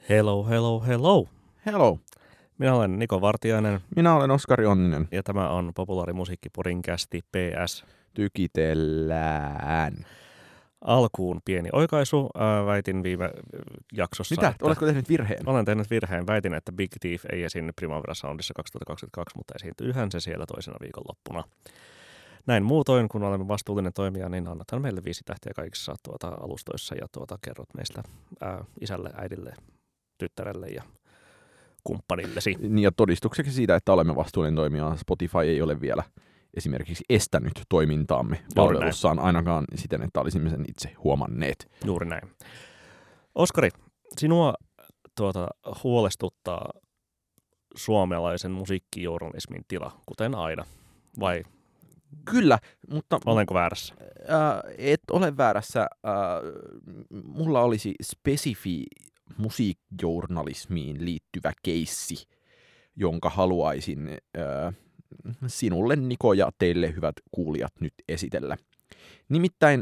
Hello, hello, hello. Hello. Minä olen Niko Vartiainen Minä olen Oskari Onninen. ja tämä on Populaarimusiikkipodin kästi PS. Tykitellään. Alkuun pieni oikaisu. Väitin viime jaksossa, Mitä? että Oletko tehnyt virheen? olen tehnyt virheen. Väitin, että Big Thief ei esiinny Primavera Soundissa 2022, mutta esiintyyhän se siellä toisena viikonloppuna. Näin muutoin, kun olemme vastuullinen toimija, niin annathan meille 5 tähteä kaikissa alustoissa ja kerrot meistä isälle, äidille, tyttärelle ja kumppanillesi. Ja todistukseksi siitä, että olemme vastuullinen toimija, Spotify ei ole vielä esimerkiksi estänyt toimintaamme palvelussaan ainakaan siten, että olisimme sen itse huomanneet. Juuri näin. Oskari, sinua huolestuttaa suomalaisen musiikkijournalismin tila, kuten aina, vai Kyllä, mutta olenko väärässä? Et ole väärässä. Mulla olisi spesifi musiikkijournalismiin liittyvä keissi, jonka haluaisin sinulle, Niko, ja teille, hyvät kuulijat, nyt esitellä. Nimittäin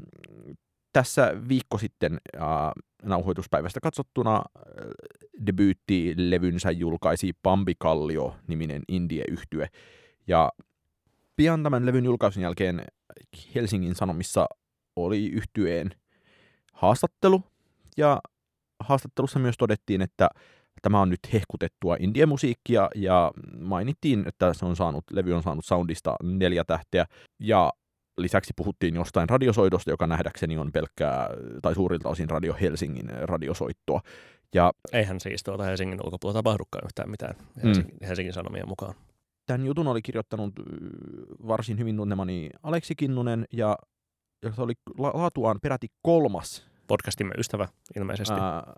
tässä viikko sitten nauhoituspäivästä katsottuna debyyttilevynsä julkaisi Bambi Kallio-niminen indie-yhtye, ja pian tämän levyn julkaisun jälkeen Helsingin Sanomissa oli yhtyeen haastattelu, ja haastattelussa myös todettiin, että tämä on nyt hehkutettua indie-musiikkia, ja mainittiin, että levy on saanut Soundista 4 tähteä, ja lisäksi puhuttiin jostain radiosoitosta, joka nähdäkseni on pelkkää, tai suurilta osin Radio Helsingin radiosoittoa. Ja eihän siis Helsingin ulkopuolella tapahdukaan yhtään mitään Helsingin Sanomien mukaan. Tämän jutun oli kirjoittanut varsin hyvin tuntemani Aleksi Kinnunen, ja se oli laatuaan peräti 3. podcastimme ystävä ilmeisesti.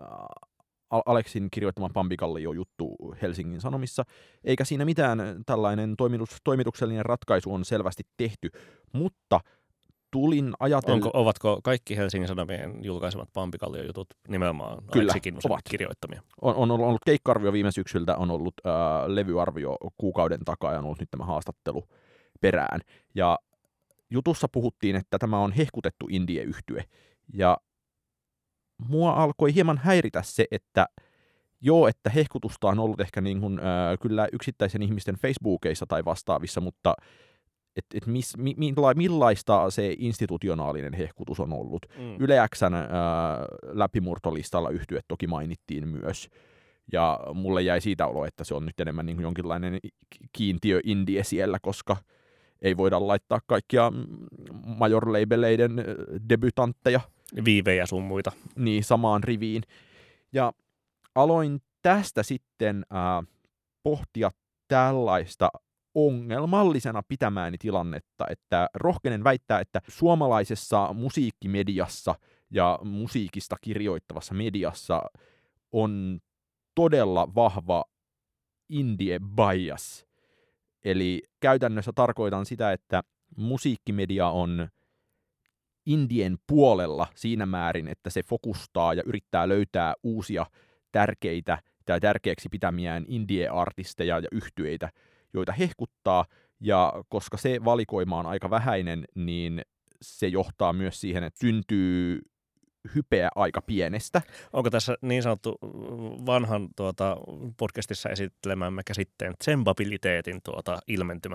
Aleksin kirjoittama Bambi Kallio-juttu Helsingin Sanomissa, eikä siinä mitään, tällainen toimituksellinen ratkaisu on selvästi tehty, mutta tulin ajatella... Ovatko kaikki Helsingin Sanomien julkaisemat Bambi Kallio-jutut nimenomaan Kyllä, Aleksi Kinnusen kirjoittamia? On ollut keikka-arvio viime syksyltä, on ollut levyarvio kuukauden takaa ja on ollut nyt tämä haastattelu perään. Ja jutussa puhuttiin, että tämä on hehkutettu indie-yhtye, ja mua alkoi hieman häiritä se, että että hehkutusta on ollut ehkä niin kuin, kyllä yksittäisen ihmisten Facebookeissa tai vastaavissa, mutta millaista se institutionaalinen hehkutus on ollut. Yle X:n läpimurtolistalla yhtyet toki mainittiin myös, ja mulle jäi siitä olo, että se on nyt enemmän niin kuin jonkinlainen kiintiö indie siellä, koska ei voida laittaa kaikkia major-labeleiden debutantteja viivejä sun muita. Niin, samaan riviin. Ja aloin tästä sitten pohtia tällaista ongelmallisena pitämääni tilannetta, että rohkenen väittää, että suomalaisessa musiikkimediassa ja musiikista kirjoittavassa mediassa on todella vahva indie bias. Eli käytännössä tarkoitan sitä, että musiikkimedia on indien puolella siinä määrin, että se fokustaa ja yrittää löytää uusia tärkeitä tai tärkeäksi pitämiään indie-artisteja ja yhtyeitä, joita hehkuttaa, ja koska se valikoima on aika vähäinen, niin se johtaa myös siihen, että syntyy hypeä aika pienestä. Onko tässä niin sanottu vanhan podcastissa esittelemämme käsitteen tsembabiliteetin ilmentymä?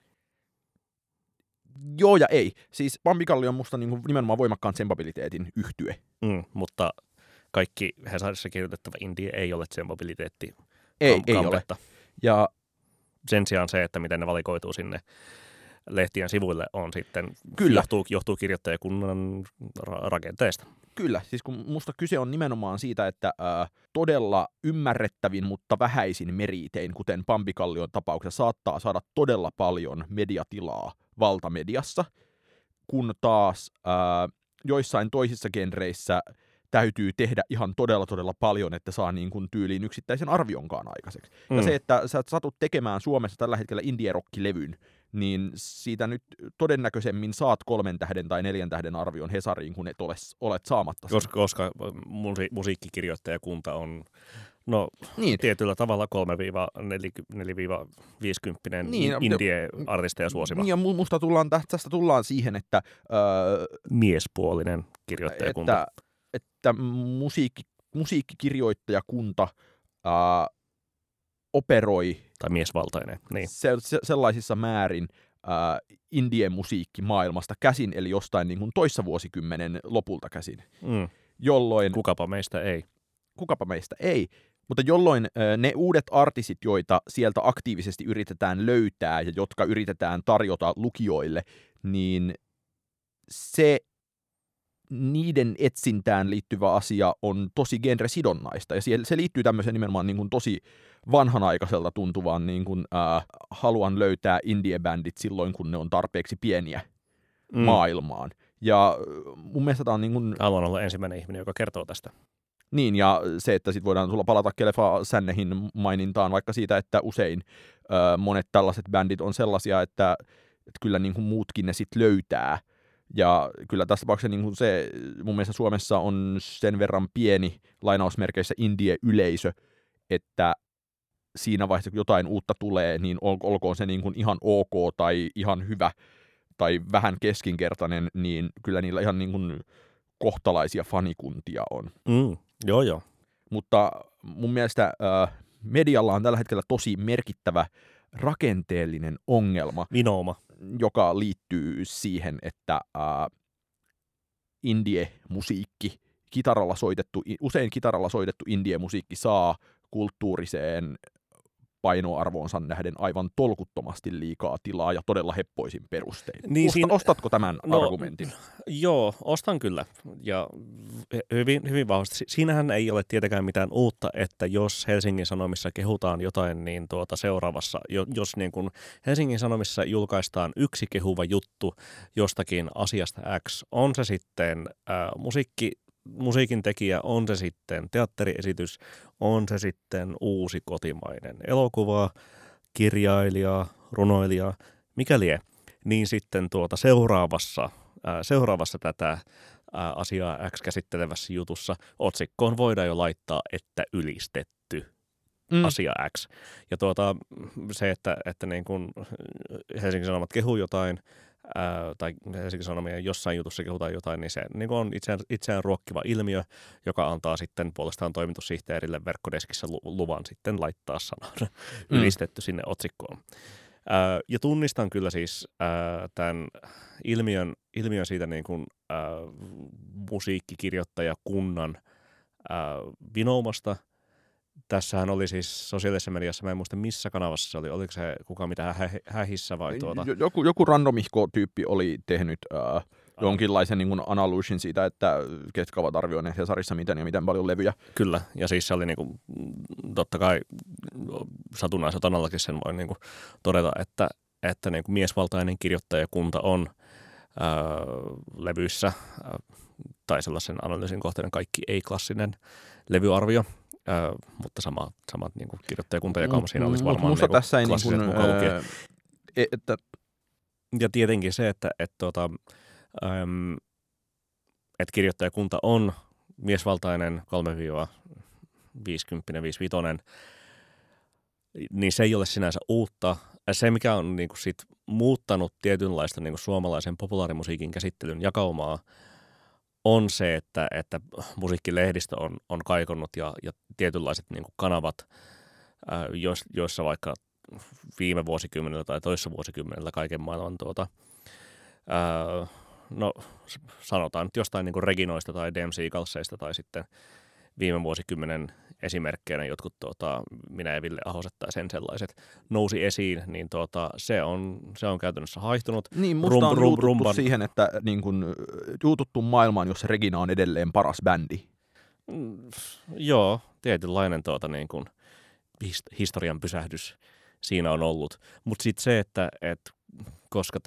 Joo ja ei. Siis Bambi Kallio on musta niin kuin nimenomaan voimakkaan tsembabiliteetin yhtye. Mutta kaikki Hesarissa kirjoitettava indie ei ole tsembabiliteetti. Ei ole. Ja sen sijaan se, että miten ne valikoituu sinne lehtien sivuille, on sitten johtuu kirjoittajakunnan rakenteesta. Kyllä, siis kun musta kyse on nimenomaan siitä, että todella ymmärrettävin, mutta vähäisin meritein, kuten Bambi Kallion tapauksessa, saattaa saada todella paljon mediatilaa valtamediassa, kun taas joissain toisissa genreissä täytyy tehdä ihan todella paljon, että saa niin kuin tyyliin yksittäisen arvionkaan aikaiseksi. Ja se, että sä satut tekemään Suomessa tällä hetkellä indie-rock-levyn, niin siitä nyt todennäköisemmin saat 3 tähden tai 4 tähden arvion Hesariin, kun et olet saamatta sen. Koska musiikkikirjoittajakunta on tietyllä tavalla 3-4-50 indie-artisteja suosiva. Niin, ja musta tästä tullaan siihen, että miespuolinen kirjoittajakunta. Että musiikkikirjoittajakunta operoi Tai miesvaltainen, niin. Sellaisissa määrin indie-musiikkimaailmasta käsin, eli jostain niin kuin toissa vuosikymmenen lopulta käsin. Jolloin... Kukapa meistä ei. Mutta jolloin ne uudet artistit, joita sieltä aktiivisesti yritetään löytää ja jotka yritetään tarjota lukijoille, niin se niiden etsintään liittyvä asia on tosi genresidonnaista. Ja se liittyy tämmöiseen nimenomaan niin kuin tosi vanhanaikaiselta tuntuvaan niin kuin, haluan löytää indie-bändit silloin, kun ne on tarpeeksi pieniä maailmaan. Ja mun mielestä tämä on niin kuin... Haluan olla ensimmäinen ihminen, joka kertoo tästä. Niin, ja se, että sitten voidaan tulla palata Kelefa Sännehin mainintaan vaikka siitä, että usein monet tällaiset bändit on sellaisia, että kyllä niin kuin muutkin ne sitten löytää. Ja kyllä tässä tapauksessa niin kuin se, mun mielestä Suomessa on sen verran pieni lainausmerkeissä indie-yleisö, että siinä vaiheessa, kun jotain uutta tulee, niin olkoon se niin kuin ihan ok tai ihan hyvä tai vähän keskinkertainen, niin kyllä niillä ihan niin kuin kohtalaisia fanikuntia on. Joo. Mutta mun mielestä medialla on tällä hetkellä tosi merkittävä rakenteellinen ongelma, Vinooma, joka liittyy siihen, että indie-musiikki, usein kitaralla soitettu indie-musiikki saa kulttuuriseen painoarvoonsa nähden aivan tolkuttomasti liikaa tilaa ja todella heppoisin perustein. Niin Ostatko tämän argumentin? Joo, ostan kyllä. Ja hyvin vahvasti. Siinähän ei ole tietenkään mitään uutta, että jos Helsingin Sanomissa kehutaan jotain, niin seuraavassa, jos niin kuin Helsingin Sanomissa julkaistaan yksi kehuva juttu jostakin asiasta X, on se sitten musiikin tekijä, on se sitten teatteriesitys, on se sitten uusi kotimainen elokuva, kirjailija, runoilija, mikä lie, niin sitten seuraavassa tätä asiaa X käsittelevässä jutussa otsikkoon voidaan jo laittaa, että ylistetty asia X. Ja se, että niin kun Helsingin Sanomat kehuu jotain, tai Helsingin Sanomien jossain jutussa kehutaan jotain, niin se niin on itseään ruokkiva ilmiö, joka antaa sitten puolestaan toimitussihteerille verkkodeskissä luvan sitten laittaa sanan ylistetty sinne otsikkoon. Ja tunnistan kyllä siis tämän ilmiön siitä niin kuin, musiikkikirjoittajakunnan vinoumasta. Tässähän oli siis sosiaalisessa mediassa, mä en muista missä kanavassa se oli, oliko se kukaan mitään hähissä vai Joku randomihko-tyyppi oli tehnyt jonkinlaisen niin kuin analyysin siitä, että ketkä ovat arvioineet Hesarissa miten ja miten paljon levyjä. Kyllä, ja siis se oli niin kuin, totta kai satunnaisotannallakin sen voi niin kuin todeta, että niin kuin miesvaltainen kirjoittajakunta on levyissä tai sellaisen analyysin kohteiden kaikki ei-klassinen levyarvio. Mutta samat niin kuin kirjoittajakunta ja kauma siinä olisi varmaan niin tässä ei klassiset niin mukaan lukien. Ja tietenkin se, että kirjoittajakunta on miesvaltainen 3-50-55, niin se ei ole sinänsä uutta. Se, mikä on niin kuin sit muuttanut tietynlaista niin kuin suomalaisen populaarimusiikin käsittelyn jakaumaa, on se, että musiikkilehdistö on kaikonnut ja tietynlaiset niin kuin kanavat, joissa vaikka viime vuosikymmenellä tai toissa vuosikymmenellä kaiken maailman sanotaan nyt jostain niin kuin Reginoista tai Dempsey Eaglesista tai sitten viime vuosikymmenen esimerkkeinä jotkut Minä ja Ville Ahoset tai sen sellaiset nousi esiin, niin se on käytännössä haihtunut. Niin, musta on juututtu siihen, että niin kun, juututtu maailmaan, jossa Regina on edelleen paras bändi. Joo, tietynlainen niin kun historian pysähdys siinä on ollut. Mutta sitten se, että koska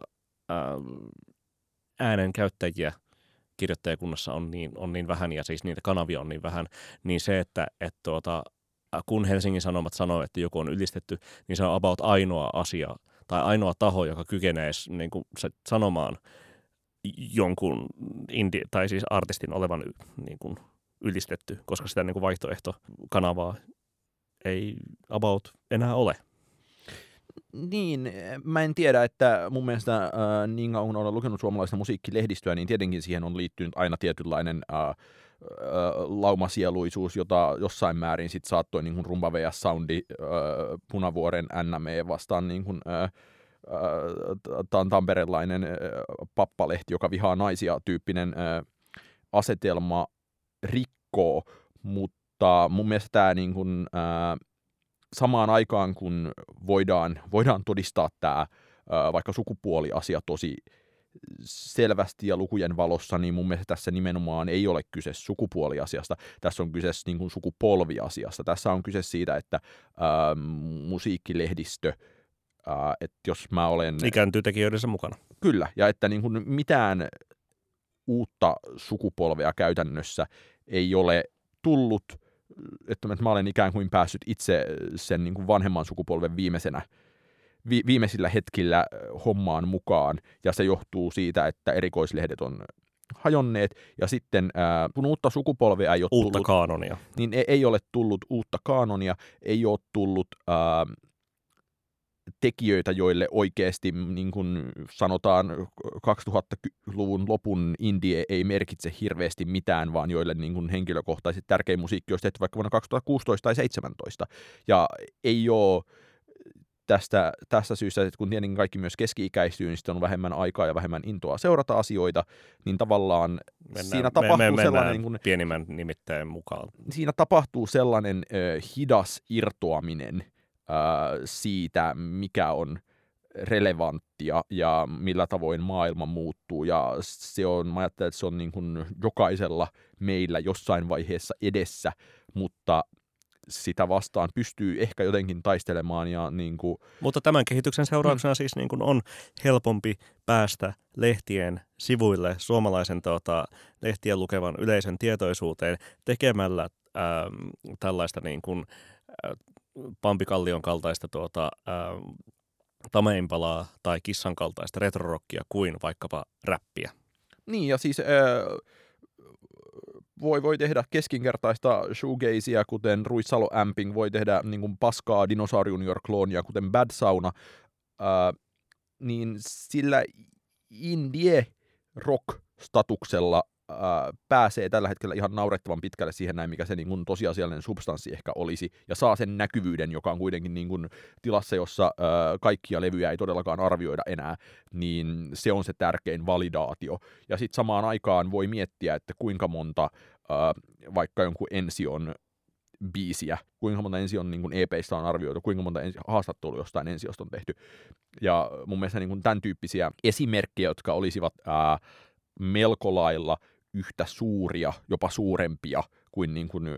äänen käyttäjiä kirjoittajakunnassa on niin vähän ja siis niitä kanavia on niin vähän, niin se, että kun Helsingin Sanomat sanoo, että joku on ylistetty, niin se on about ainoa asia tai ainoa taho, joka kykenee niin kuin sanomaan jonkun tai siis artistin olevan niin kuin ylistetty, koska sitä niin kuin vaihtoehtokanavaa ei about enää ole. Niin, mä en tiedä, että mun mielestä niin kauan kun olen lukenut suomalaista musiikkilehdistöä, niin tietenkin siihen on liittynyt aina tietynlainen laumasieluisuus, jota jossain määrin sit saattoi niin kuin Rumba vs. Soundi Punavuoren NME vastaan niin kuin, tamperelainen pappalehti, joka vihaa naisia -tyyppinen asetelma rikkoo, mutta mun mielestä tämä niin kuin, samaan aikaan, kun voidaan todistaa tämä vaikka sukupuoliasia tosi selvästi ja lukujen valossa, niin mun mielestä tässä nimenomaan ei ole kyse sukupuoliasiasta, tässä on kyse niin kuin sukupolviasiasta. Tässä on kyse siitä, että musiikkilehdistö, että jos mä olen... Ikääntyy tekijöidensä mukana. Kyllä, ja että niin kuin mitään uutta sukupolvea käytännössä ei ole tullut, että mä olen ikään kuin päässyt itse sen niin kuin vanhemman sukupolven viimeisillä hetkillä hommaan mukaan, ja se johtuu siitä, että erikoislehdet on hajonneet, ja sitten kun uutta sukupolvea ei ole uutta kaanonia. Niin ei ole tullut uutta kaanonia, ei ole tullut tekijöitä, joille oikeasti, niin kuin sanotaan, 2000-luvun lopun indie ei merkitse hirveästi mitään, vaan joille niin kuin henkilökohtaisesti tärkein musiikki olisi tehty vaikka vuonna 2016 tai 2017. Ja ei ole tästä syystä, että kun tietenkin kaikki myös keski-ikäistyy, niin sitten on vähemmän aikaa ja vähemmän intoa seurata asioita, niin tavallaan siinä tapahtuu sellainen... Niin kuin, pienimmän nimittäin mukaan. Siinä tapahtuu sellainen hidas irtoaminen siitä, mikä on relevanttia ja millä tavoin maailma muuttuu. Ja mä ajattelen, että se on niin kuin jokaisella meillä jossain vaiheessa edessä, mutta sitä vastaan pystyy ehkä jotenkin taistelemaan. Ja niin kuin... Mutta tämän kehityksen seurauksena siis niin kuin on helpompi päästä lehtien sivuille, suomalaisen lehtien lukevan yleisön tietoisuuteen tekemällä tällaista niin kuin, Pampi Kallion kaltaista Tame Impalaa tai Kissan kaltaista retrorockia kuin vaikkapa räppiä. Niin, ja siis voi tehdä keskinkertaista shoegazea, kuten Ruissalo Amping, voi tehdä niin kuin paskaa Dinosaur Junior-kloonia, kuten Bad Sauna, niin sillä indie rock-statuksella pääsee tällä hetkellä ihan naurettavan pitkälle siihen näin, mikä se niin kuin tosiasiallinen substanssi ehkä olisi, ja saa sen näkyvyyden, joka on kuitenkin niin kuin tilassa, jossa kaikkia levyjä ei todellakaan arvioida enää, niin se on se tärkein validaatio. Ja sitten samaan aikaan voi miettiä, että kuinka monta vaikka jonkun Ension biisiä, kuinka monta Ension niin kuin EPistä on arvioitu, kuinka monta haastattelua jostain Ensiosta on tehty. Ja mun mielestä niin kuin tämän tyyppisiä esimerkkejä, jotka olisivat melko lailla yhtä suuria, jopa suurempia kuin,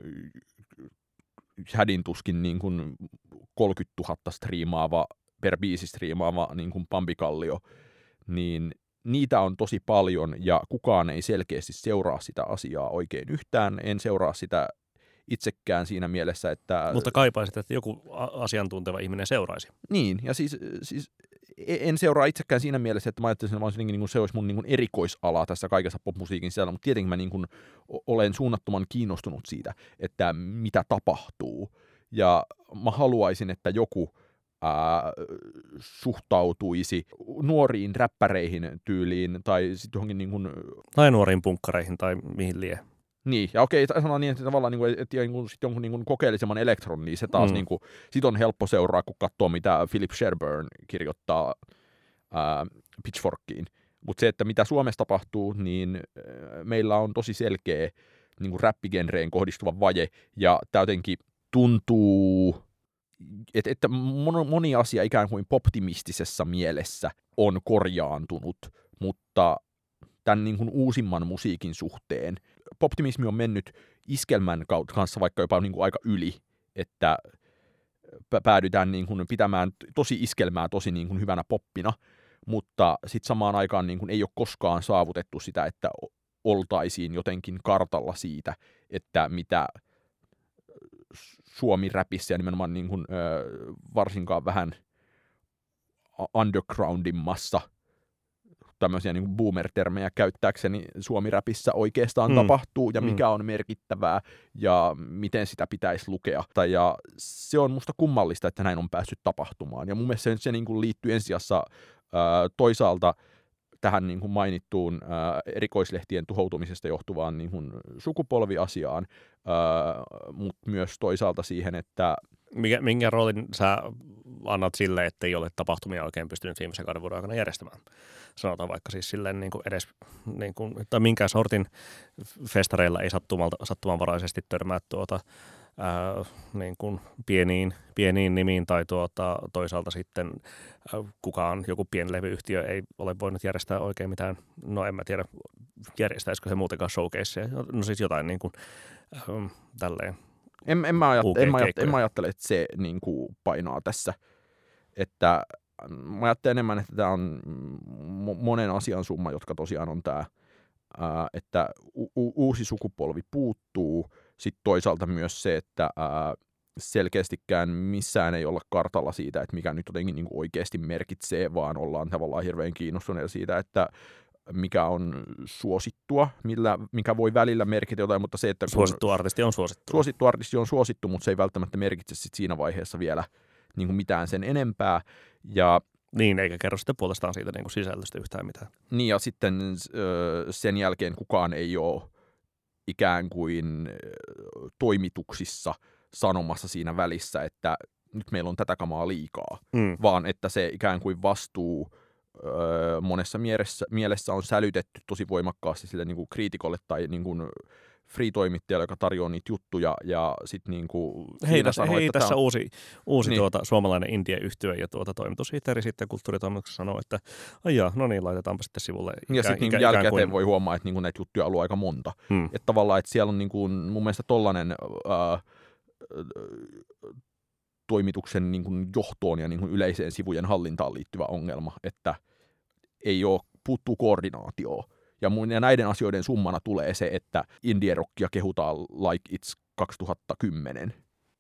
hädintuskin niin kuin 30 000 striimaava, per biisi striimaava niin kuin Pampi Kallio, niin niitä on tosi paljon ja kukaan ei selkeästi seuraa sitä asiaa oikein yhtään. En seuraa sitä itsekään siinä mielessä, että... Mutta kaipaisit, että joku asiantunteva ihminen seuraisi. Niin, ja siis en seuraa itsekään siinä mielessä, että mä ajattelisin, että se olisi mun niin kuin erikoisala tässä kaikessa popmusiikin sisällä, mutta tietenkin mä niin kuin olen suunnattoman kiinnostunut siitä, että mitä tapahtuu. Ja mä haluaisin, että joku suhtautuisi nuoriin räppäreihin tyyliin, tai sitten johonkin niin kuin... Tai nuoriin punkkareihin, tai mihin lie. Niin, ja okei, sanotaan niin, että tavallaan että jonkun niin kuin kokeellisemman elektron, niin se taas niin kuin, sit on helppo seuraa, kun katsoo, mitä Philip Sherburne kirjoittaa Pitchforkiin. Mutta se, että mitä Suomessa tapahtuu, niin meillä on tosi selkeä niin kuin räppigenreen kohdistuva vaje, ja tämä jotenkin tuntuu, että moni asia ikään kuin poptimistisessa mielessä on korjaantunut, mutta tämän niin kuin uusimman musiikin suhteen poptimismi on mennyt iskelmän kanssa vaikka jopa niin kuin aika yli, että päädytään niin kuin pitämään tosi iskelmää tosi niin kuin hyvänä poppina, mutta sitten samaan aikaan niin kuin ei ole koskaan saavutettu sitä, että oltaisiin jotenkin kartalla siitä, että mitä Suomi-räpissä ja nimenomaan niin kuin, varsinkaan vähän undergroundimmassa tämmöisiä niin kuin boomer-termejä käyttääkseni Suomi-räpissä oikeastaan tapahtuu ja mikä on merkittävää ja miten sitä pitäisi lukea. Ja se on musta kummallista, että näin on päässyt tapahtumaan. Ja mun mielestä se niin kuin liittyy ensisijassa toisaalta tähän niin kuin mainittuun erikoislehtien tuhoutumisesta johtuvaan niin kuin sukupolviasiaan, mutta myös toisaalta siihen, että Minkä roolin sä annat sille, että ei ole tapahtumia oikein pystynyt viimeisen 2 vuoden aikana järjestämään? Sanotaan vaikka siis silleen niin kuin edes, niin kuin, tai minkä sortin festareilla ei sattumanvaraisesti törmää niin kuin pieniin nimiin tai toisaalta sitten kukaan joku pieni levyyhtiö ei ole voinut järjestää oikein mitään, no en mä tiedä, järjestäisikö se muutenkaan showcaseja, no siis jotain niin kuin tälleen. En mä ajattele, että se niin kuin painaa tässä. Että mä ajattelen enemmän, että tämä on monen asian summa, jotka tosiaan on tämä, että uusi sukupolvi puuttuu. Sitten toisaalta myös se, että selkeästikään missään ei olla kartalla siitä, että mikä nyt jotenkin niin kuin oikeasti merkitsee, vaan ollaan tavallaan hirveän kiinnostuneita siitä, että mikä on suosittua, mikä voi välillä merkitä jotain, mutta se, että suosittu artisti on suosittu. Suosittu artisti on suosittu, mutta se ei välttämättä merkitse sit siinä vaiheessa vielä niin kuin mitään sen enempää. Ja niin, eikä kerro sitten puolestaan siitä niin kuin sisällöstä yhtään mitään. Niin, ja sitten sen jälkeen kukaan ei ole ikään kuin toimituksissa sanomassa siinä välissä, että nyt meillä on tätä kamaa liikaa, vaan että se ikään kuin vastuu monessa mielessä on sälytetty tosi voimakkaasti sille niin kuin kriitikolle tai niin kuin free-toimittajalle, joka tarjoaa niitä juttuja, ja sitten niin kuin hei, tässä on uusi niin. suomalainen indie-yhtye, ja toimitussihteeri sitten kulttuuritoimituksessa sanoo, että aijaa, no niin, laitetaanpa sitten sivulle. Ja sitten niin jälkikäteen voi huomaa, että niin kuin näitä juttuja on ollut aika monta. Että tavallaan, että siellä on niin kuin, mun mielestä tollainen toimituksen niin kuin johtoon ja niin kuin yleiseen sivujen hallintaan liittyvä ongelma, että puuttuu koordinaatioa. Ja näiden asioiden summana tulee se, että indie-rockia kehutaan like it's 2010.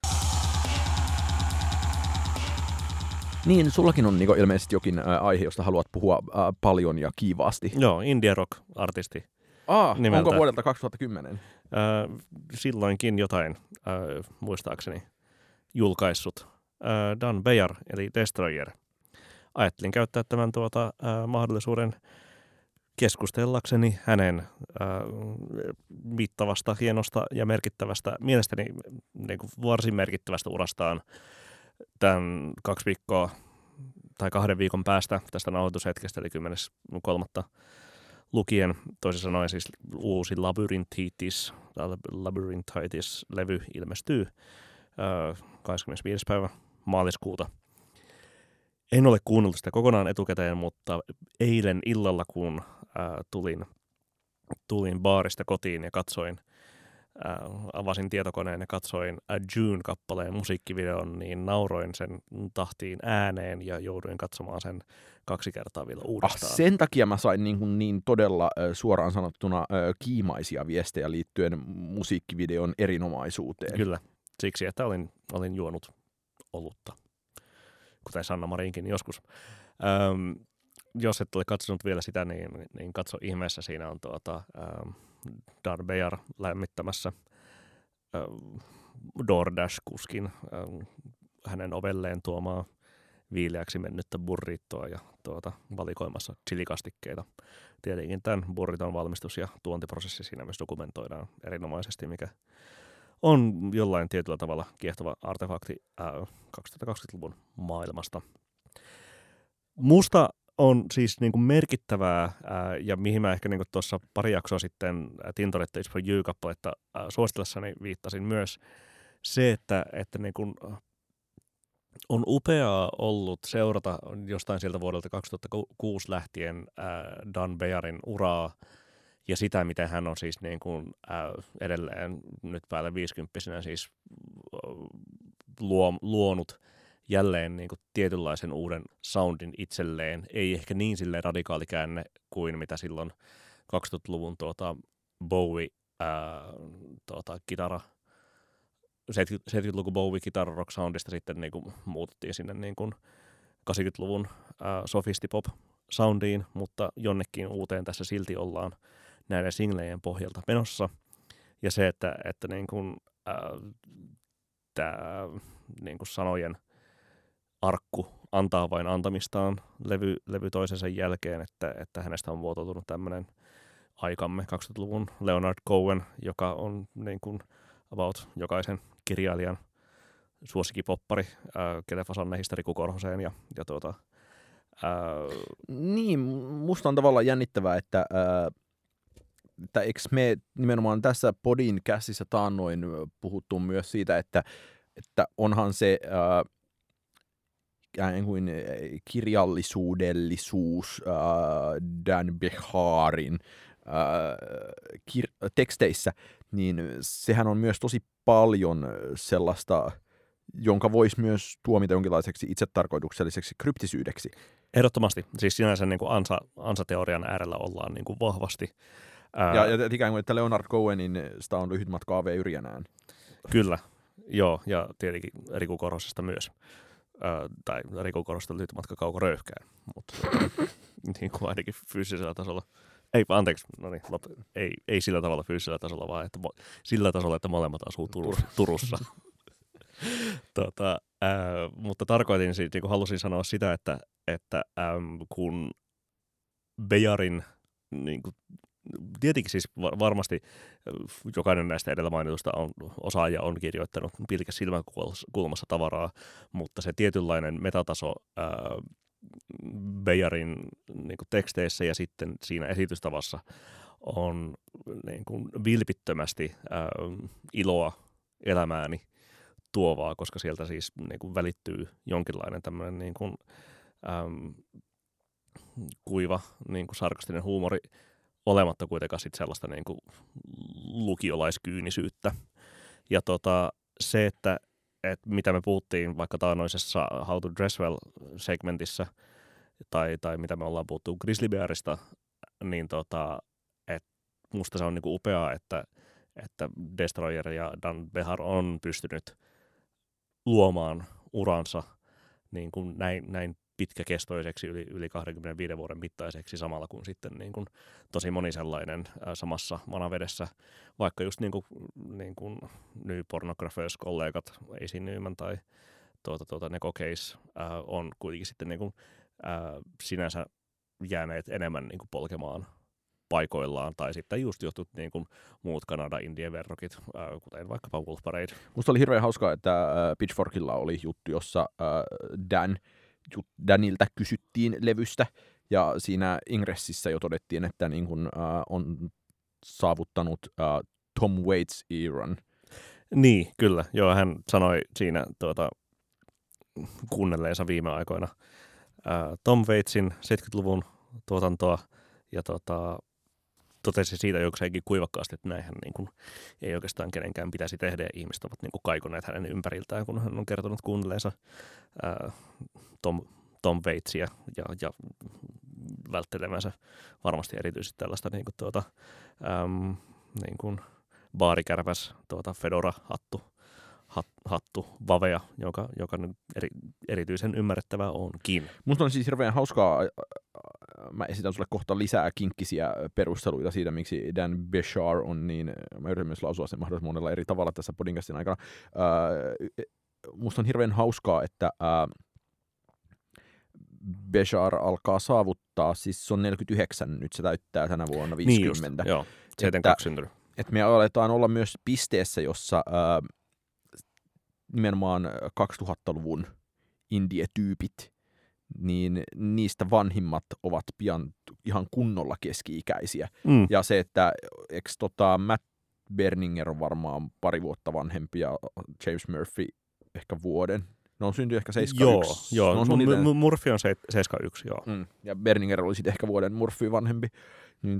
Niin, sullakin on Niko ilmeisesti jokin aihe, josta haluat puhua paljon ja kiivaasti. Joo, indie-rock-artisti. Onko vuodelta 2010? Silloinkin jotain, muistaakseni, julkaissut. Dan Beyer, eli Destroyer. Ajattelin käyttää tämän mahdollisuuden keskustellakseni hänen mittavasta, hienosta ja merkittävästä, mielestäni niin kuin varsin merkittävästä urastaan tämän 2 viikkoa tai 2 viikon päästä tästä nauhoitushetkestä, eli 10.3. lukien. Toisin sanoen siis uusi Labyrinthitis-levy ilmestyy 25. päivä maaliskuuta. En ole kuunnellut sitä kokonaan etukäteen, mutta eilen illalla, kun tulin baarista kotiin ja avasin tietokoneen ja katsoin A June-kappaleen musiikkivideon, niin nauroin sen tahtiin ääneen ja jouduin katsomaan sen 2 kertaa vielä uudestaan. Sen takia mä sain niin todella suoraan sanottuna kiimaisia viestejä liittyen musiikkivideon erinomaisuuteen. Kyllä, siksi että olin juonut olutta, kuten Sanna Marinkin joskus. Jos et ole katsonut vielä sitä, niin katso ihmeessä. Siinä on Dan Beyer lämmittämässä DoorDash-kuskin hänen ovelleen tuomaa viileäksi mennyttä burritoa ja valikoimassa chilikastikkeita. Tietenkin tämän burriton valmistus- ja tuontiprosessi siinä myös dokumentoidaan erinomaisesti, mikä on jollain tietyllä tavalla kiehtova artefakti 2020-luvun maailmasta. Musta on siis niin kuin merkittävää, ja mihin mä ehkä niin kuin tuossa pari jaksoa sitten Tintoretto It's for You-kappaletta suositellessani viittasin myös, se, että niin kuin on upeaa ollut seurata jostain sieltä vuodelta 2006 lähtien Dan Beyerin uraa ja sitä, miten hän on siis niin kuin, edelleen nyt päälle 50-vuotiaana siis luonut jälleen niin kuin tietynlaisen uuden soundin itselleen. Ei ehkä niin silleen radikaali käänne kuin mitä silloin 2000-luvun Bowie kitara, 70-luvun Bowie kitara rock soundista sitten niin kuin muututtiin sinne niin kuin 80-luvun sofistipop soundiin, mutta jonnekin uuteen tässä silti ollaan näiden singlejen pohjalta menossa. Ja se, että niin kuin, tämä niin kuin sanojen arkku antaa vain antamistaan levy toisensa jälkeen, että hänestä on muotoutunut tämmöinen aikamme 2000-luvun Leonard Cohen, joka on niin kuin about jokaisen kirjailijan suosikkipoppari, kenen fasannehista Riku Korhoseen ja Niin, musta on tavallaan jännittävää, että eikö me nimenomaan tässä podin käsissä taannoin puhuttu myös siitä, että onhan se ikään kuin kirjallisuudellisuus Dan Beharin teksteissä, niin sehän on myös tosi paljon sellaista, jonka voisi myös tuomita jonkinlaiseksi itsetarkoitukselliseksi kryptisyydeksi. Ehdottomasti. Siis sinänsä niin kuin ansateorian äärellä ollaan niin kuin vahvasti. Ja ikään kuin, että Leonard Cohenin sitä on lyhyt matka A.V. Yrjänään. Kyllä, joo, ja tietenkin Riku Korhosesta myös. Tai Riku Korhosesta lyhyt matka Kauko Röyhkään, mutta niin kuin ainakin fyysisellä tasolla. Ei, anteeksi, no niin, ei sillä tavalla fyysisellä tasolla, vaan että sillä tasolla, että molemmat asuu Turussa. Mutta tarkoitin, niin kuin halusin sanoa sitä, että kun Bejarin, niin kuin, tietenkin siis varmasti jokainen näistä edellä mainitusta osaaja on kirjoittanut pilkäs silmäkulmassa tavaraa, mutta se tietynlainen metataso Bejarin niin kuin teksteissä ja sitten siinä esitystavassa on niin kuin vilpittömästi iloa elämääni tuovaa, koska sieltä siis niin kuin välittyy jonkinlainen tämmöinen niin kuin, kuiva niin kuin sarkastinen huumori olematta kuitenkaan sit sellaista niin kuin lukiolaiskyynisyyttä. Ja se, että mitä me puhuttiin vaikka taanoisessa How to Dress Well-segmentissä tai mitä me ollaan puhuttu Grizzly Bearista, niin että musta se on niin kuin upeaa, että Destroyer ja Dan Behar on pystynyt luomaan uransa niin kuin näin pitkäkestoiseksi yli 25 vuoden mittaiseksi samalla kun sitten niin kuin tosi moni sellainen samassa vanavedessä, vaikka just niin kuin New Pornographers-kollegat AC Newman tai Neko Case on kuitenkin sitten niin kuin, sinänsä jääneet enemmän niin kuin polkemaan paikoillaan, tai sitten just jotkut niin kuin muut Kanada-Indien verrokit, kuten vaikkapa Wolf Parade. Musta oli hirveän hauskaa, että Pitchforkilla oli juttu, jossa Daniltä kysyttiin levystä, ja siinä ingressissä jo todettiin, että niin kun, on saavuttanut Tom Waits-eran. Niin, kyllä. Joo, hän sanoi siinä kuunnelleensa viime aikoina Tom Waitsin 70-luvun tuotantoa, ja totesi siitä jokseenkin kuivakkaasti, että näinhän niin kuin ei oikeastaan kenenkään pitäisi tehdä, ja ihmiset ovat niin kuin kaikoneet hänen ympäriltään, kun hän on kertonut kuunnelleensa Tom Waitsia ja välttelemänsä varmasti erityisesti tällaista niin kuin niin kuin baarikärpäs fedora-hattu vavea, joka nyt erityisen ymmärrettävää onkin. Musta on siis hirveän hauskaa, mä esitän sulle kohta lisää kinkkisiä perusteluita siitä, miksi Dan Beshar on niin, mä yritän myös lausua sen mahdollisimman monella eri tavalla tässä podcastin aikana. Musta on hirveän hauskaa, että Beshar alkaa saavuttaa, siis se on 49, nyt se täyttää tänä vuonna 50. Niin just, joo, 72 syntynyt. Että me aletaan olla myös pisteessä, jossa nimenomaan 2000-luvun indie-tyypit, niin niistä vanhimmat ovat pian ihan kunnolla keski-ikäisiä. Ja se, että Matt Berninger on varmaan pari vuotta vanhempi ja James Murphy ehkä vuoden. Ne on syntynyt ehkä 71. Joo, Murphy on 71, joo. Ja Berninger oli sitten ehkä vuoden Murphy vanhempi. Niin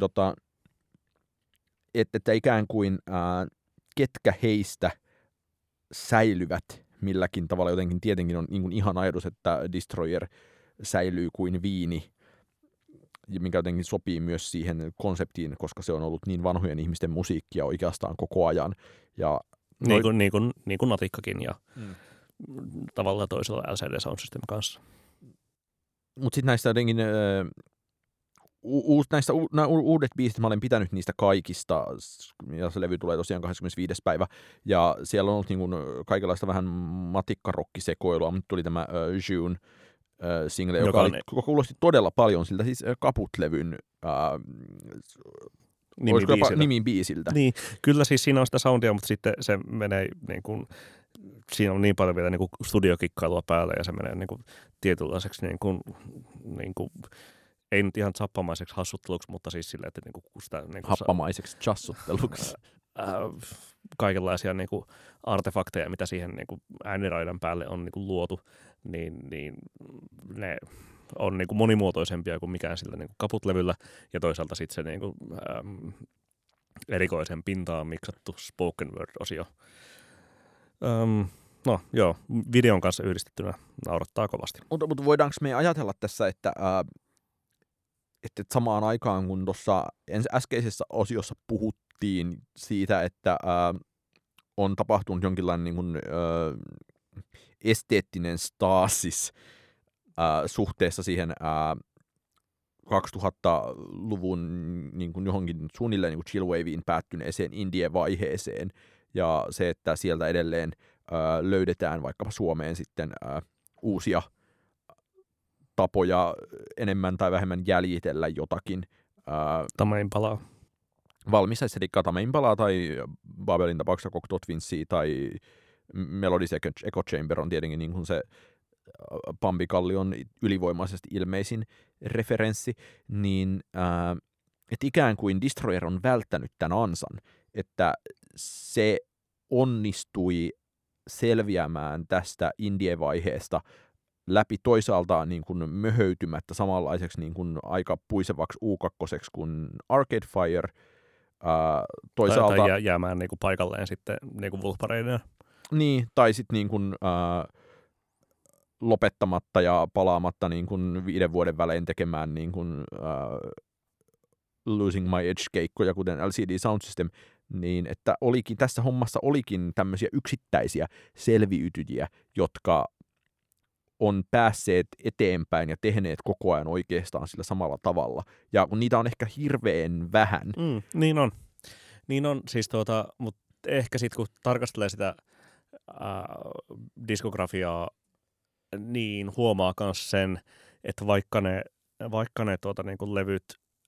että ikään kuin ketkä heistä säilyvät milläkin tavalla, jotenkin tietenkin on niin kuin ihan ajatus, että Destroyer säilyy kuin viini, mikä jotenkin sopii myös siihen konseptiin, koska se on ollut niin vanhojen ihmisten musiikkia oikeastaan koko ajan. Ja niin kuin Natikkakin ja tavallaan toisella LCD Sound System kanssa. Mutta sitten näistä jotenkin nämä uudet biisit, mä olen pitänyt niistä kaikista, ja se levy tulee tosiaan 25. päivä, ja siellä on ollut niin kuin kaikenlaista vähän matikkarokkisekoilua, mutta tuli tämä June single, joka kuulosti todella paljon siltä siis Kaput-levyn nimin biisiltä. Niin, kyllä siis siinä on sitä soundia, mutta sitten se menee niin kuin, siinä on niin paljon vielä niin kuin studiokikkailua päällä ja se menee niin kuin tietynlaiseksi niin kuin ei nyt ihan zappamaiseksi hassutteluksi, mutta siis silleen, että niin kuin sitä niin kuin happamaiseksi jassutteluksi. Kaikenlaisia niin kuin artefakteja, mitä siihen niin kuin ääniraidan päälle on niin kuin luotu, niin ne on niin kuin monimuotoisempia kuin mikään sillä niin kuin Kaput-levyllä, ja toisaalta sitten se niin kuin, erikoisen pintaan miksattu spoken word-osio. No joo, videon kanssa yhdistettynä naurattaa kovasti. Mutta voidaanko me ajatella tässä, että samaan aikaan kun tuossa äskeisessä osiossa puhuttiin siitä, että on tapahtunut jonkinlainen niin kuin, esteettinen staasis suhteessa siihen 2000-luvun niin kuin johonkin suunnilleen niin kuin chillwaveen päättyneeseen indie-vaiheeseen, ja se, että sieltä edelleen löydetään vaikkapa Suomeen sitten uusia tapoja enemmän tai vähemmän jäljitellä jotakin. Tame Impalaa. Valmis estetikkaa Tame Impalaa tai Babelin tapauksessa Cocteau Twinsia tai Melodies Echo Chamber on tietenkin niin kuin se Pambi Kallion ylivoimaisesti ilmeisin referenssi, niin että ikään kuin Destroyer on välttänyt tämän ansan, että se onnistui selviämään tästä indie-vaiheesta läpi toisaalta niin kuin möhöytymättä samanlaiseksi niin kuin aika puisevaksi U2 kuin Arcade Fire, toisaalta tai jäämään niin kuin paikalleen sitten niin kuin Wolfpareidina. Niin, tai sitten niin kuin lopettamatta ja palaamatta niin kuin 5 vuoden välein tekemään niin kuin Losing My Edge-keikkoja, kuten LCD Sound System, niin että tässä hommassa olikin tämmöisiä yksittäisiä selviytyjiä, jotka on päässeet eteenpäin ja tehneet koko ajan oikeastaan sillä samalla tavalla. Ja kun niitä on ehkä hirveän vähän. Niin on siis mutta ehkä sitten kun tarkastelee sitä diskografiaa, niin huomaa myös sen, että vaikka ne niin kuin levyt,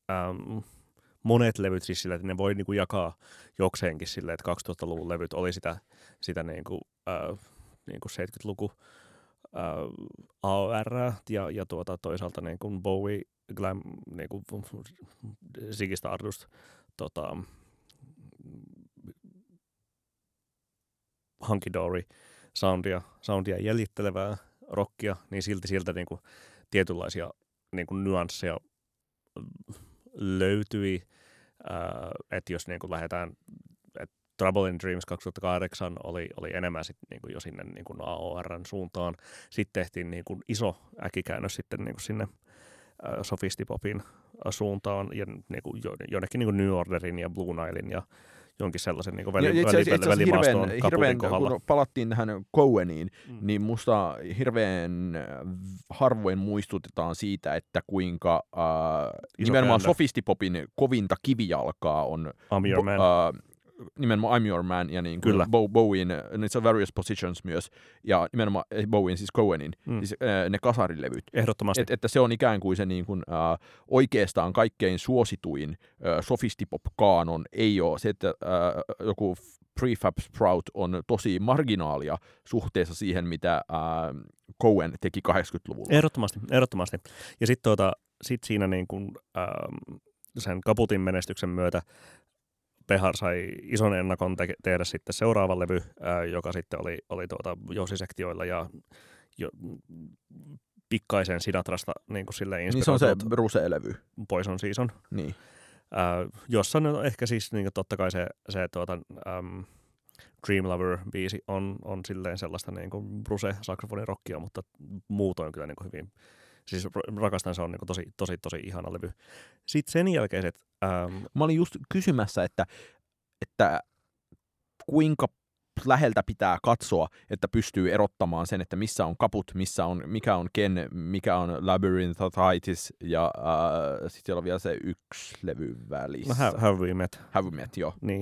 monet levyt siis sillä, että ne voi niin kuin jakaa jokseenkin silleen, että 2000-luvun levyt oli sitä niin kuin 70-luku AOR ja toisaalta niin kuin Bowie, glam, niin kuin Ziggy Stardust, Hunky Dory soundia jäljittelevää rockia, niin silti sieltä niin kuin tietynlaisia niin kuin nyansseja löytyi, että jos niin kuin lähdetään, että Trouble in Dreams 2008 oli enemmän sit niin kuin jo sinne niin kuin AORn suuntaan, sitten tehtiin niin kuin iso äkikäännös sitten niin kuin sinne sofistipopin suuntaan ja niin kuin jonnekin niin kuin New Orderin ja Blue Nilen ja jonkin sellaisen niin välimaastoon Kaputin kohdalla. Kun palattiin tähän Coweniin, niin musta hirveän harvoin muistutetaan siitä, että kuinka nimenomaan sofistipopin kovinta kivijalkaa on I'm Your Man. Nimenomaan I'm Your Man ja niin Bowien It's a Various Positions myös, ja nimenomaan Bowien siis Cohenin, siis, ne kasarilevyt. Ehdottomasti. Että se on ikään kuin se niin kuin, oikeastaan kaikkein suosituin sofistipop-kaanon, ei ole se, että joku Prefab Sprout on tosi marginaalia suhteessa siihen, mitä Cohen teki 80-luvulla. Ehdottomasti. Ja sitten sit siinä niin kuin, sen Kaputin menestyksen myötä Behar sai ison ennakon tehdä sitten seuraava levy, joka sitten oli Josi-sektioilla ja pikkaisen Sinatrasta niin kuin silleen inspiroitunut. Niin se on se Bruce-levy. Poison Season. Niin. Jossa on ehkä siis niin totta kai se Dream Lover-biisi on silleen sellaista niin kuin Bruce-saksofonirockia, mutta muutoin kyllä niin kuin hyvin. Siis rakastan, se on niin tosi ihana levy. Sitten sen jälkeiset... Mä olin just kysymässä, että kuinka läheltä pitää katsoa, että pystyy erottamaan sen, että missä on Kaput, mikä on Ken, mikä on Labyrinthitis, ja sitten siellä on vielä se yksi levy välissä. No, Have We Met. Have We Met, joo. Niin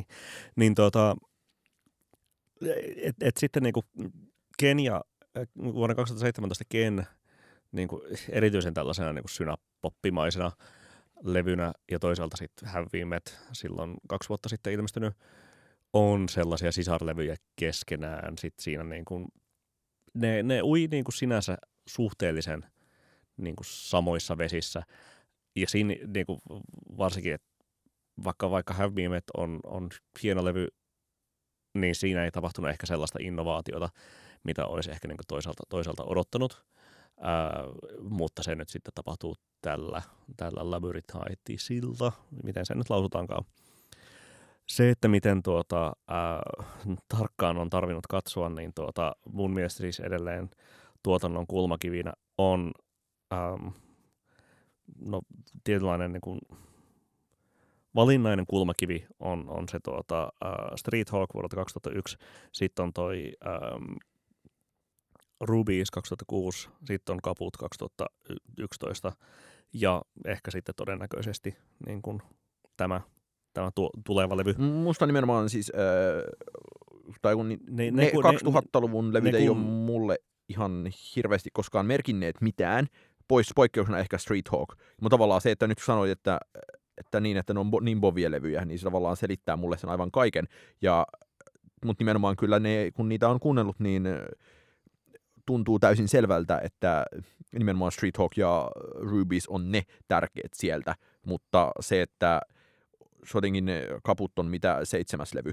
sitten niinku Ken ja vuonna 2017 Ken, niin kuin erityisen tällaisena niin kuin synapoppimaisena levynä, ja toisaalta sitten Have We Met silloin 2 vuotta sitten ilmestynyt on sellaisia sisarlevyjä keskenään. Sitten siinä niin kuin, ne ui niin kuin sinänsä suhteellisen niin kuin samoissa vesissä. Ja siinä niin kuin varsinkin, että vaikka Have We Met on hieno levy, niin siinä ei tapahtunut ehkä sellaista innovaatiota, mitä olisi ehkä niin kuin toisaalta odottanut. Mutta se nyt sitten tapahtuu tällä Labyrinthitisilla, miten se nyt lausutaankaan. Se, että miten tarkkaan on tarvinnut katsoa, niin mun mielestä siis edelleen tuotannon kulmakivinä on tietynlainen niin kuin valinnainen kulmakivi on se Street Hawk vuodelta 2001, sitten on toi Rubies 2006, sitten on Kaput 2011 ja ehkä sitten todennäköisesti niin kuin tämä tuleva levy. Musta nimenomaan siis, tai kun ne 2000-luvun levyt ei ole mulle ihan hirveästi koskaan merkinneet mitään, poikkeuksena ehkä Street Hawk. Mutta tavallaan se, että nyt sanoit, että ne on niin bovia levyjä, niin se tavallaan selittää mulle sen aivan kaiken. Mutta nimenomaan kyllä kun niitä on kuunnellut, niin tuntuu täysin selvältä, että nimenomaan Street Hawk ja Rubies on ne tärkeät sieltä, mutta se, että jotenkin Kaput on mitä 7. levy?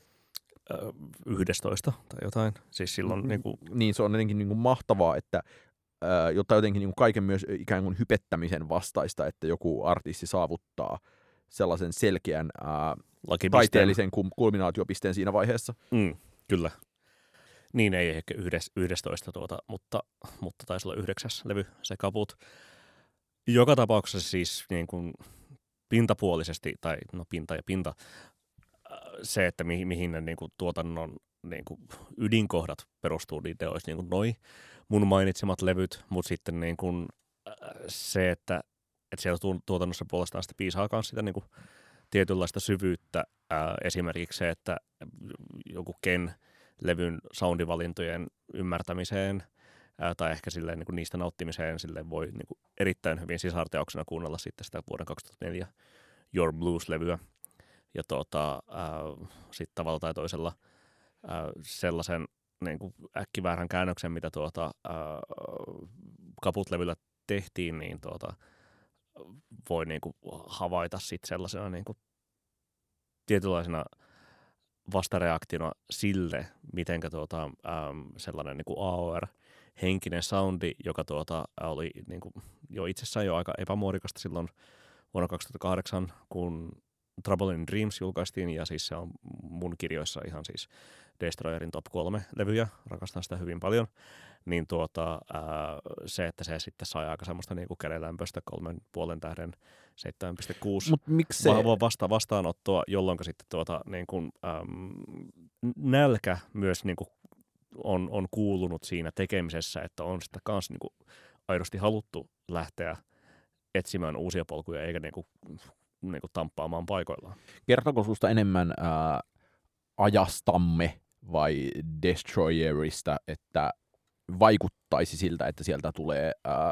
11 tai jotain. Siis silloin niin se on jotenkin niin kuin mahtavaa, että jotta jotenkin niin kuin kaiken myös ikään kuin hypettämisen vastaista, että joku artisti saavuttaa sellaisen selkeän taiteellisen kulminaatiopisteen siinä vaiheessa. Kyllä. Niin ei ehkä 11, mutta taisi olla 9. levy, se Kaput. Joka tapauksessa siis niin kuin pintapuolisesti, tai no pinta, se, että mihin ne niin kuin tuotannon niin kuin ydinkohdat perustuu, niin ne olisi niin kuin noi mun mainitsemat levyt, mutta sitten niin kuin se, että siellä tuotannossa puolestaan sitten piisaa myös sitä niin kuin tietynlaista syvyyttä. Esimerkiksi se, että joku Ken-levyn soundivalintojen ymmärtämiseen tai ehkä silleen, niin kuin niistä nauttimiseen silleen voi niin kuin erittäin hyvin sisarteoksena kuunnella sitten sitä vuoden 2004 Your Blues-levyä. Ja sitten tavalla tai toisella sellaisen niin kuin äkkiväärän käännöksen, mitä Kaput-levyllä tehtiin, niin voi niin kuin havaita sitten sellaisena niin kuin tietynlaisena vastareaktiona sille, mitenkä sellainen niin kuin AOR-henkinen soundi, joka oli niin kuin jo itsessään jo aika epämuodikasta silloin vuonna 2008, kun Trouble in Dreams julkaistiin, ja siis se on mun kirjoissa ihan siis Destroyerin top 3 levyjä, rakastan sitä hyvin paljon, niin se, että se sitten sai aika semmoista niinku kädenlämpöistä 3,5 tähden 7,6 vastaanottoa, jolloin sitten niin kuin, nälkä myös niin kuin on kuulunut siinä tekemisessä, että on sitä kanssa niin kuin aidosti haluttu lähteä etsimään uusia polkuja eikä niin kuin tamppaamaan paikoillaan. Kertooko susta enemmän ajastamme vai Destroyerista, että vaikuttaisi siltä, että sieltä tulee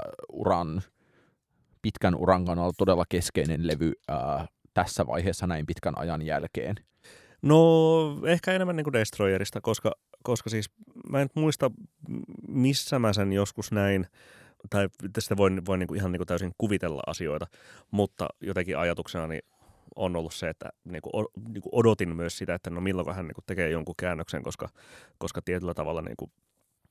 pitkän uran kannalta todella keskeinen levy tässä vaiheessa näin pitkän ajan jälkeen? No ehkä enemmän niin kuin Destroyerista, koska siis mä en muista, missä mä sen joskus näin, tai tästä voi niin kuin ihan niin kuin täysin kuvitella asioita, mutta jotenkin ajatuksena niin on ollut se, että niin kuin odotin myös sitä, että no milloin hän niin kuin tekee jonkun käännöksen, koska tietyllä tavalla niin kuin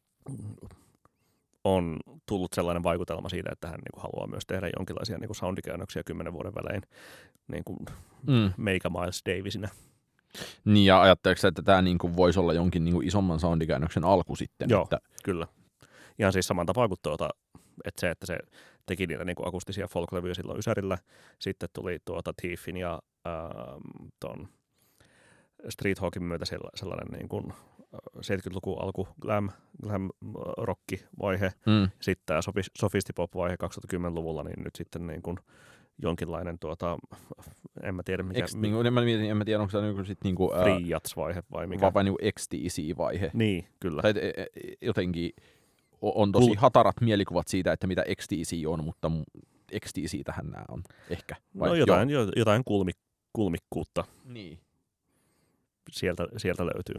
on tullut sellainen vaikutelma siitä, että hän niin kuin haluaa myös tehdä jonkinlaisia niin kuin soundikäännöksiä 10 vuoden välein niin kuin Meikä Miles Davisinä. Niin, ja ajatteletko, että tämä niin kuin voisi olla jonkin niin kuin isomman soundikäännöksen alku sitten? Joo, että kyllä. Ihan siis saman tapaan kuin että se teki niitä niin kuin akustisia folk-levyjä silloin Ysärillä. Sitten tuli Thiefin ja ton Street Hawkin myötä sellainen niin kuin 70-luvun alku glam rock-vaihe. Sitten tämä sofistipop-vaihe 2010-luvulla, niin nyt sitten niin kuin jonkinlainen en mä tiedä mikä. En mä tiedä, onko se niinku sit niinku Free Jazz-vaihe vai mikä? Vai niinku XTC-vaihe. Niin, kyllä. Tai jotenkin on tosi hatarat mielikuvat siitä, että mitä XTC on, mutta XTC:tähän nämä on ehkä. Vai? No jotain kulmikkuutta niin. sieltä löytyy.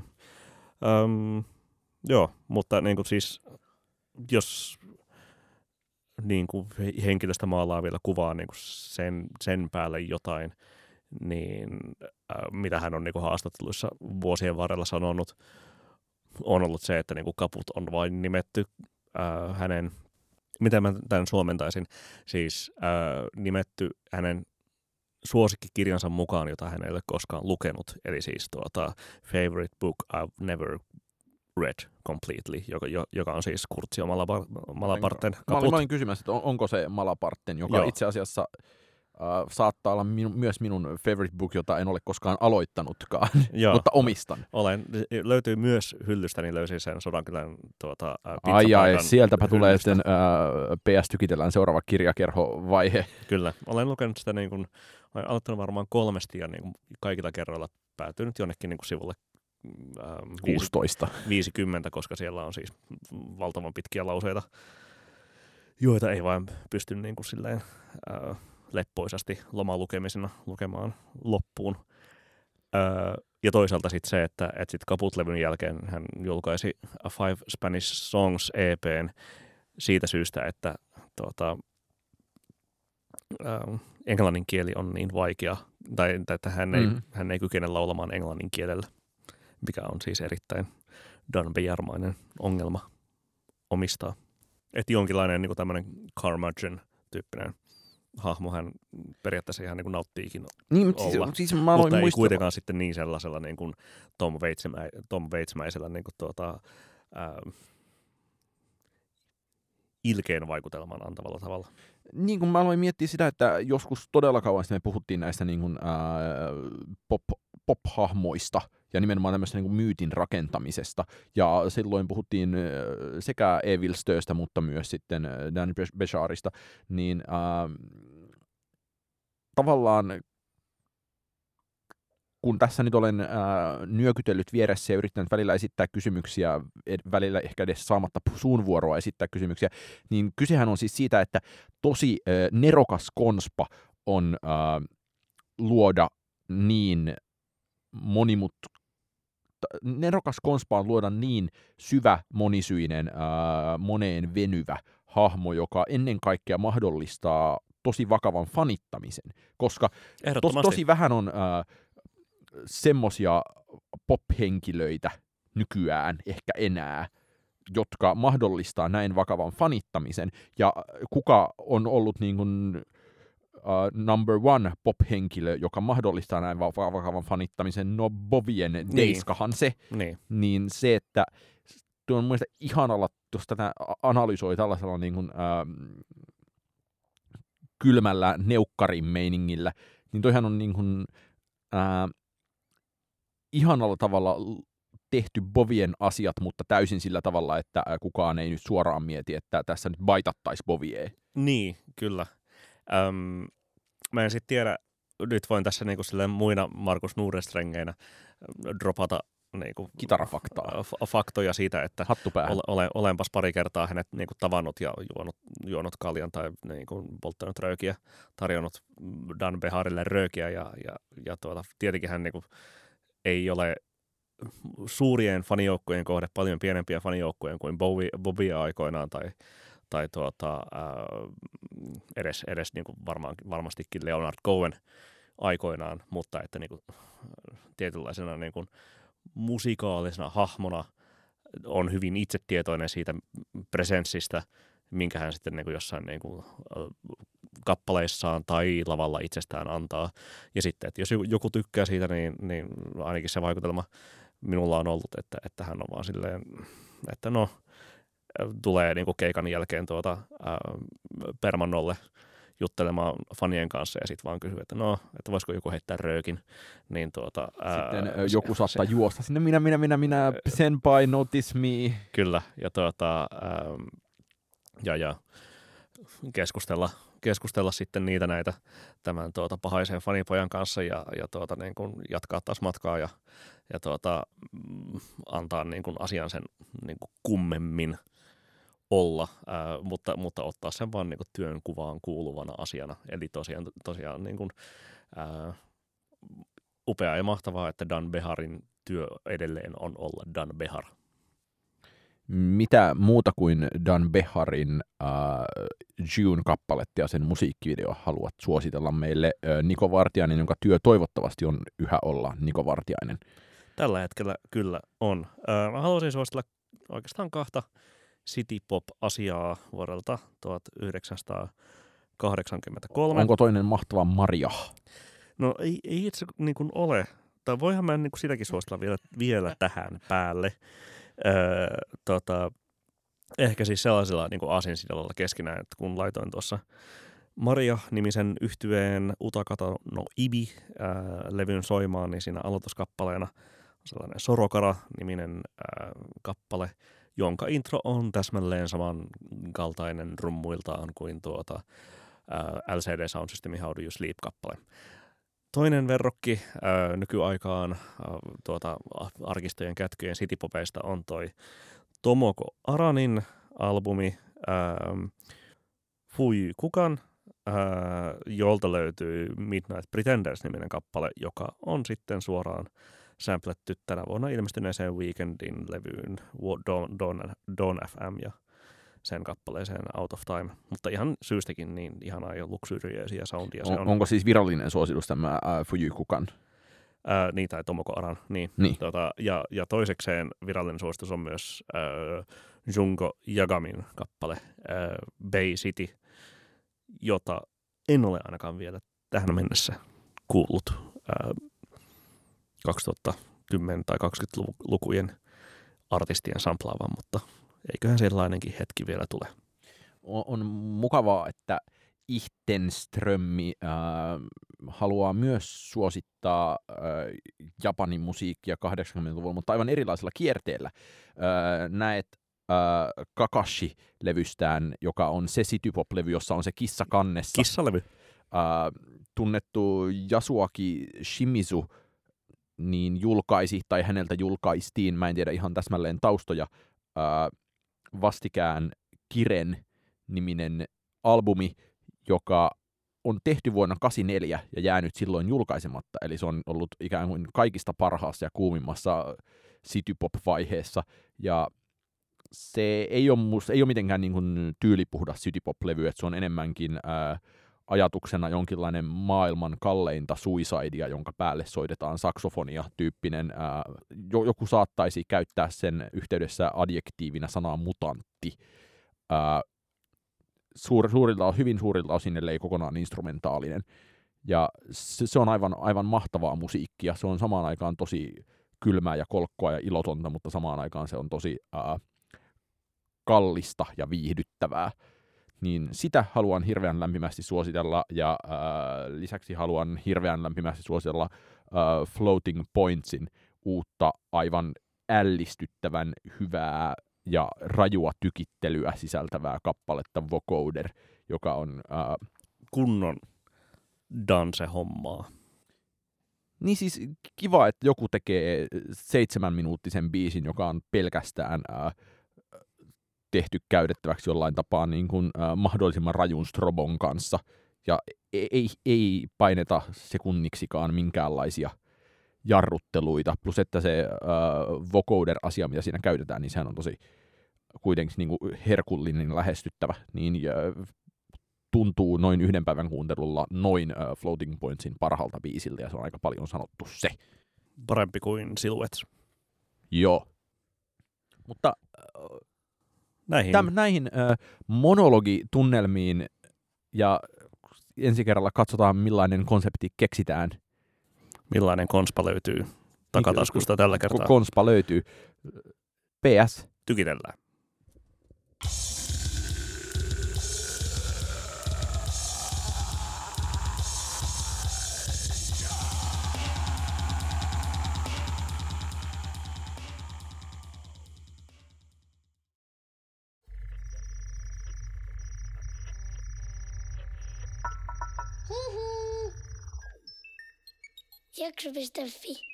Joo, mutta niin kuin siis, jos niin kuin henkilöstä maalaa vielä kuvaa niin kuin sen päälle jotain, niin mitä hän on niin kuin haastatteluissa vuosien varrella sanonut, on ollut se, että niin kuin kaput on vain nimetty hänen, miten mä tämän suomentaisin, siis nimetty hänen suosikkikirjansa mukaan, jota hän ei ole koskaan lukenut, eli siis Favorite Book I've Never Read Completely, joka on siis Kurzio Malaparten kaput. Mä olin kysymässä, että onko se Malaparten, joka itse asiassa saattaa olla myös minun favorite book, jota en ole koskaan aloittanutkaan, mutta omistan. Löytyy myös hyllystä, niin löysin sen Sodankylän Ai, sieltäpä tulee sitten PS Tykitellään seuraava kirjakerho-vaihe. Kyllä, olen lukenut sitä niin kuin, olen aloittanut varmaan 3 ja niin kuin kaikilla kerroilla päätynyt jonnekin niin kuin sivulle 16. 50, koska siellä on siis valtavan pitkiä lauseita, joita ei vain pysty niin kuin silleen leppoisasti lomalukemisena lukemaan loppuun. Ja toisaalta sitten se, että sit Kaput-levyn jälkeen hän julkaisi A Five Spanish Songs EP:n siitä syystä, että englannin kieli on niin vaikea, tai että hän ei kykene laulamaan englannin kielellä, mikä on siis erittäin Dan Bejarmainen ongelma omistaa. Että jonkinlainen niin tämmöinen Carmageddon-tyyppinen hahmo hän periaatteessa ihan niin kuin nauttiikin niin, olla, siis mutta ei kuitenkaan sitten niin sellaisella niin kuin Tom Waitsmäisellä niin kuin ilkeen vaikutelman antavalla tavalla. Niin kuin mä aloin miettiä sitä, että joskus todella kauan sitten me puhuttiin näistä niin kuin, pop-hahmoista ja nimenomaan tämmöistä niin kuin myytin rakentamisesta. Ja silloin puhuttiin sekä Evil Stöstä, mutta myös sitten Dan Bejarista. Niin tavallaan kun tässä nyt olen nyökytellyt vieressä ja yrittänyt välillä esittää kysymyksiä, välillä ehkä edes saamatta suun vuoroa esittää kysymyksiä, niin kysehän on siis siitä, että tosi nerokas konspa on luoda niin nerokas konspa on luoda niin syvä, monisyinen, moneen venyvä hahmo, joka ennen kaikkea mahdollistaa tosi vakavan fanittamisen, koska tosi vähän on semmosia pop-henkilöitä nykyään ehkä enää, jotka mahdollistaa näin vakavan fanittamisen. Ja kuka on ollut niin kuin number one pop-henkilö, joka mahdollistaa näin vakavan fanittamisen? No Bovien Deiskahan se. Niin se, että tuo on mielestäni ihanalla, jos tätä analysoi tällaisella niin kuin, kylmällä neukkarin meiningillä, niin toihan on niin kuin, ihanalla tavalla tehty Bovien asiat, mutta täysin sillä tavalla, että kukaan ei nyt suoraan mieti, että tässä nyt baitattaisi Boviea. Niin, kyllä. Mä en sitten tiedä, nyt voin tässä niinku silleen muina Markus Nurestrengeinä dropata niinku faktoja siitä, että olenpas pari kertaa hänet niinku tavannut ja juonut kaljan tai niinku polttanut röökiä, tarjonnut Dan Bejarille röökiä ja tietenkin hän niinku ei ole suurien fanijoukkojen kohde, paljon pienempiä fanijoukkojen kuin Bowie aikoinaan tai edes niin kuin varmastikin Leonard Cohen aikoinaan, mutta että niin kuin tietynlaisena niin kuin musikaalisena hahmona on hyvin itsetietoinen siitä presenssistä, minkä hän sitten niin kuin jossain niin kuin kappaleissaan tai lavalla itsestään antaa. Ja sitten, että jos joku tykkää siitä, niin ainakin se vaikutelma minulla on ollut, että hän on vaan silleen, että no, tulee niin kuin keikan jälkeen Permannolle juttelemaan fanien kanssa ja sitten vaan kysyy, että no, että voisiko joku heittää röökin. Niin sitten joku saattaa juosta sinne, minä, senpai, notice me. Kyllä, ja keskustella sitten näitä tämän pahaisen fanipojan kanssa ja niin kuin jatkaa taas matkaa ja antaa niin kuin asian sen niin kuin kummemmin olla, mutta ottaa sen vaan niin kuin työnkuvaan kuuluvana asiana. Eli tosiaan niin kuin, upea ja mahtavaa, että Dan Beharin työ edelleen on olla Dan Behar. Mitä muuta kuin Dan Beharin June-kappaletta ja sen musiikkivideo haluat suositella meille Niko Vartiainen, jonka työ toivottavasti on yhä olla Niko Vartiainen? Tällä hetkellä kyllä on. Mä haluaisin suositella oikeastaan 2 City-pop-asiaa vuodelta 1983. Onko toinen mahtava Maria? No ei itse niin kuin ole. Tai voihan mä niin kuin sitäkin suositella vielä tähän päälle. Ehkä siis sellaisella niin kuin aasinsidonnalla keskenään, että kun laitoin tuossa Maria-nimisen yhtyeen Utakata no Ibi-levyn soimaan, niin siinä aloituskappaleena on sellainen Sorokara-niminen kappale, jonka intro on täsmälleen samankaltainen rummuiltaan kuin LCD Sound System How Do You Sleep-kappale. Toinen verrokki nykyaikaan arkistojen kätkyjen citypopeista on toi Tomoko Aranin albumi Fui Kukan, jolta löytyy Midnight Pretenders-niminen kappale, joka on sitten suoraan sampletty tänä vuonna ilmestyneeseen Weekendin levyyn Dawn FM ja sen kappaleeseen Out of Time. Mutta ihan syystäkin niin ihanaa ja luksuriöisiä soundia se on. Onko siis virallinen suositus tämä Fui Kukan? Niin, tai Tomoko Aran. Niin. Ja toisekseen virallinen suositus on myös Junko Yagamin kappale Bay City, jota en ole ainakaan vielä tähän mennessä kuullut 2010- tai 20-lukujen artistien samplaavan, mutta eiköhän sellainenkin hetki vielä tule. On mukavaa, että Ihtenströmmi haluaa myös suosittaa Japanin musiikkia 80-luvulla, mutta aivan erilaisella kierteellä. Näet Kakashi-levystään, joka on se citypop-levy, jossa on se kissa kannessa. Kissalevy. Tunnettu Yasuaki Shimizu niin julkaisi, tai häneltä julkaistiin, mä en tiedä ihan täsmälleen taustoja, vastikään Kiren-niminen albumi, joka on tehty vuonna 1984 ja jäänyt silloin julkaisematta, eli se on ollut ikään kuin kaikista parhaassa ja kuumimmassa citypop-vaiheessa, ja se ei ole mitenkään niin kuin tyylipuhdas citypop-levy, että se on enemmänkin ajatuksena jonkinlainen maailman kalleinta suicidea, jonka päälle soitetaan saksofonia tyyppinen. Joku saattaisi käyttää sen yhteydessä adjektiivina sanaa mutantti. Hyvin suurilta osin, ellei kokonaan instrumentaalinen. Ja se on aivan mahtavaa musiikkia. Se on samaan aikaan tosi kylmää ja kolkkoa ja ilotonta, mutta samaan aikaan se on tosi kallista ja viihdyttävää. Niin sitä haluan hirveän lämpimästi suositella, ja lisäksi haluan hirveän lämpimästi suositella Floating Pointsin uutta aivan ällistyttävän hyvää ja rajua tykittelyä sisältävää kappaletta Vocoder, joka on kunnon dance-hommaa. Niin siis kiva, että joku tekee 7-minuuttisen biisin, joka on pelkästään tehty käytettäväksi jollain tapaa niin kuin, mahdollisimman rajun strobon kanssa, ja ei paineta sekunniksikaan minkäänlaisia jarrutteluita, plus että se vocoder-asia, mitä siinä käytetään, niin sehän on tosi kuitenkin niin kuin herkullinen lähestyttävä, niin tuntuu noin 1 päivän kuuntelulla noin Floating Pointsin parhaalta biisiltä, ja se on aika paljon sanottu se. Parempi kuin Silhouettes. Joo. Mutta näihin monologitunnelmiin, ja ensi kerralla katsotaan, millainen konsepti keksitään. Millainen konspa löytyy takataskusta tällä kertaa. Konspa löytyy. PS. Tykitellään. Jakso.fi